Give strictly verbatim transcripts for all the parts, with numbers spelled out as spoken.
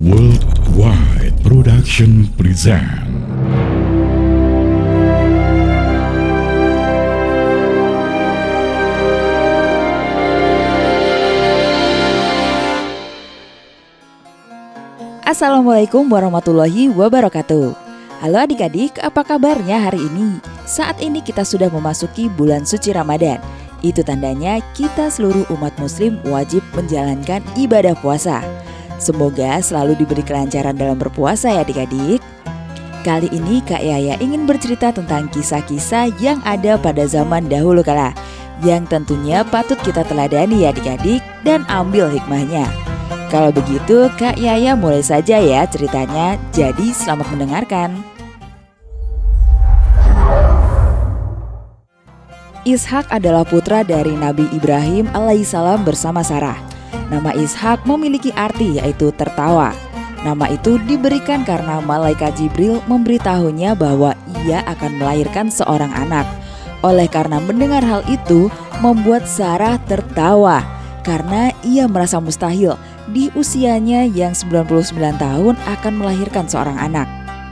Worldwide Production present. Assalamualaikum warahmatullahi wabarakatuh. Halo adik-adik, apa kabarnya hari ini? Saat ini kita sudah memasuki bulan suci Ramadan. Itu tandanya kita seluruh umat muslim wajib menjalankan ibadah puasa. Semoga selalu diberi kelancaran dalam berpuasa ya adik-adik. Kali ini Kak Yaya ingin bercerita tentang kisah-kisah yang ada pada zaman dahulu kala, yang tentunya patut kita teladani ya adik-adik dan ambil hikmahnya. Kalau begitu Kak Yaya mulai saja ya ceritanya, jadi selamat mendengarkan. Ishak adalah putra dari Nabi Ibrahim alaihissalam bersama Sarah. Nama Ishak memiliki arti yaitu tertawa. Nama itu diberikan karena malaikat Jibril memberitahunya bahwa ia akan melahirkan seorang anak. Oleh karena mendengar hal itu membuat Sarah tertawa karena ia merasa mustahil di usianya yang sembilan puluh sembilan tahun akan melahirkan seorang anak.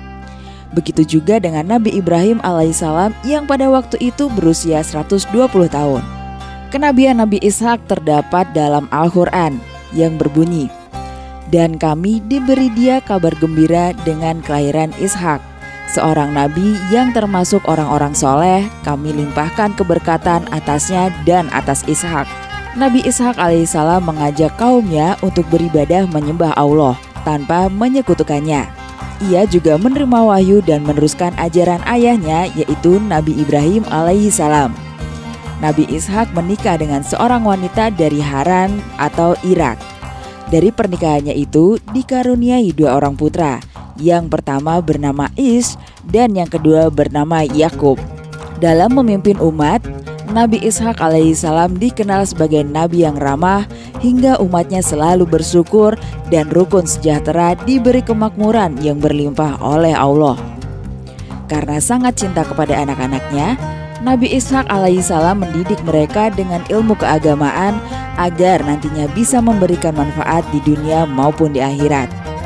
Begitu juga dengan Nabi Ibrahim alaihissalam yang pada waktu itu berusia seratus dua puluh tahun. Kenabian Nabi Ishak terdapat dalam Al-Quran yang berbunyi, "Dan kami diberi dia kabar gembira dengan kelahiran Ishak, seorang nabi yang termasuk orang-orang soleh, kami limpahkan keberkatan atasnya dan atas Ishak." Nabi Ishak alaihissalam mengajak kaumnya untuk beribadah menyembah Allah tanpa menyekutukannya. Ia juga menerima wahyu dan meneruskan ajaran ayahnya yaitu Nabi Ibrahim alaihissalam. Nabi Ishak menikah dengan seorang wanita dari Haran atau Irak. Dari pernikahannya itu dikaruniai dua orang putra. Yang pertama bernama Is dan yang kedua bernama Yakub. Dalam memimpin umat, Nabi Ishak alaihissalam dikenal sebagai nabi yang ramah hingga umatnya selalu bersyukur dan rukun sejahtera diberi kemakmuran yang berlimpah oleh Allah. Karena sangat cinta kepada anak-anaknya, Nabi Ishak alaihissalam mendidik mereka dengan ilmu keagamaan agar nantinya bisa memberikan manfaat di dunia maupun di akhirat.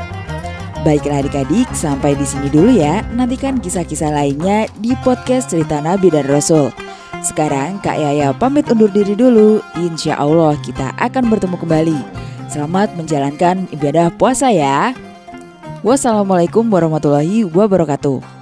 Baiklah adik-adik, sampai di sini dulu ya. Nantikan kisah-kisah lainnya di podcast Cerita Nabi dan Rasul. Sekarang Kak Yaya pamit undur diri dulu. Insya Allah kita akan bertemu kembali. Selamat menjalankan ibadah puasa ya. Wassalamualaikum warahmatullahi wabarakatuh.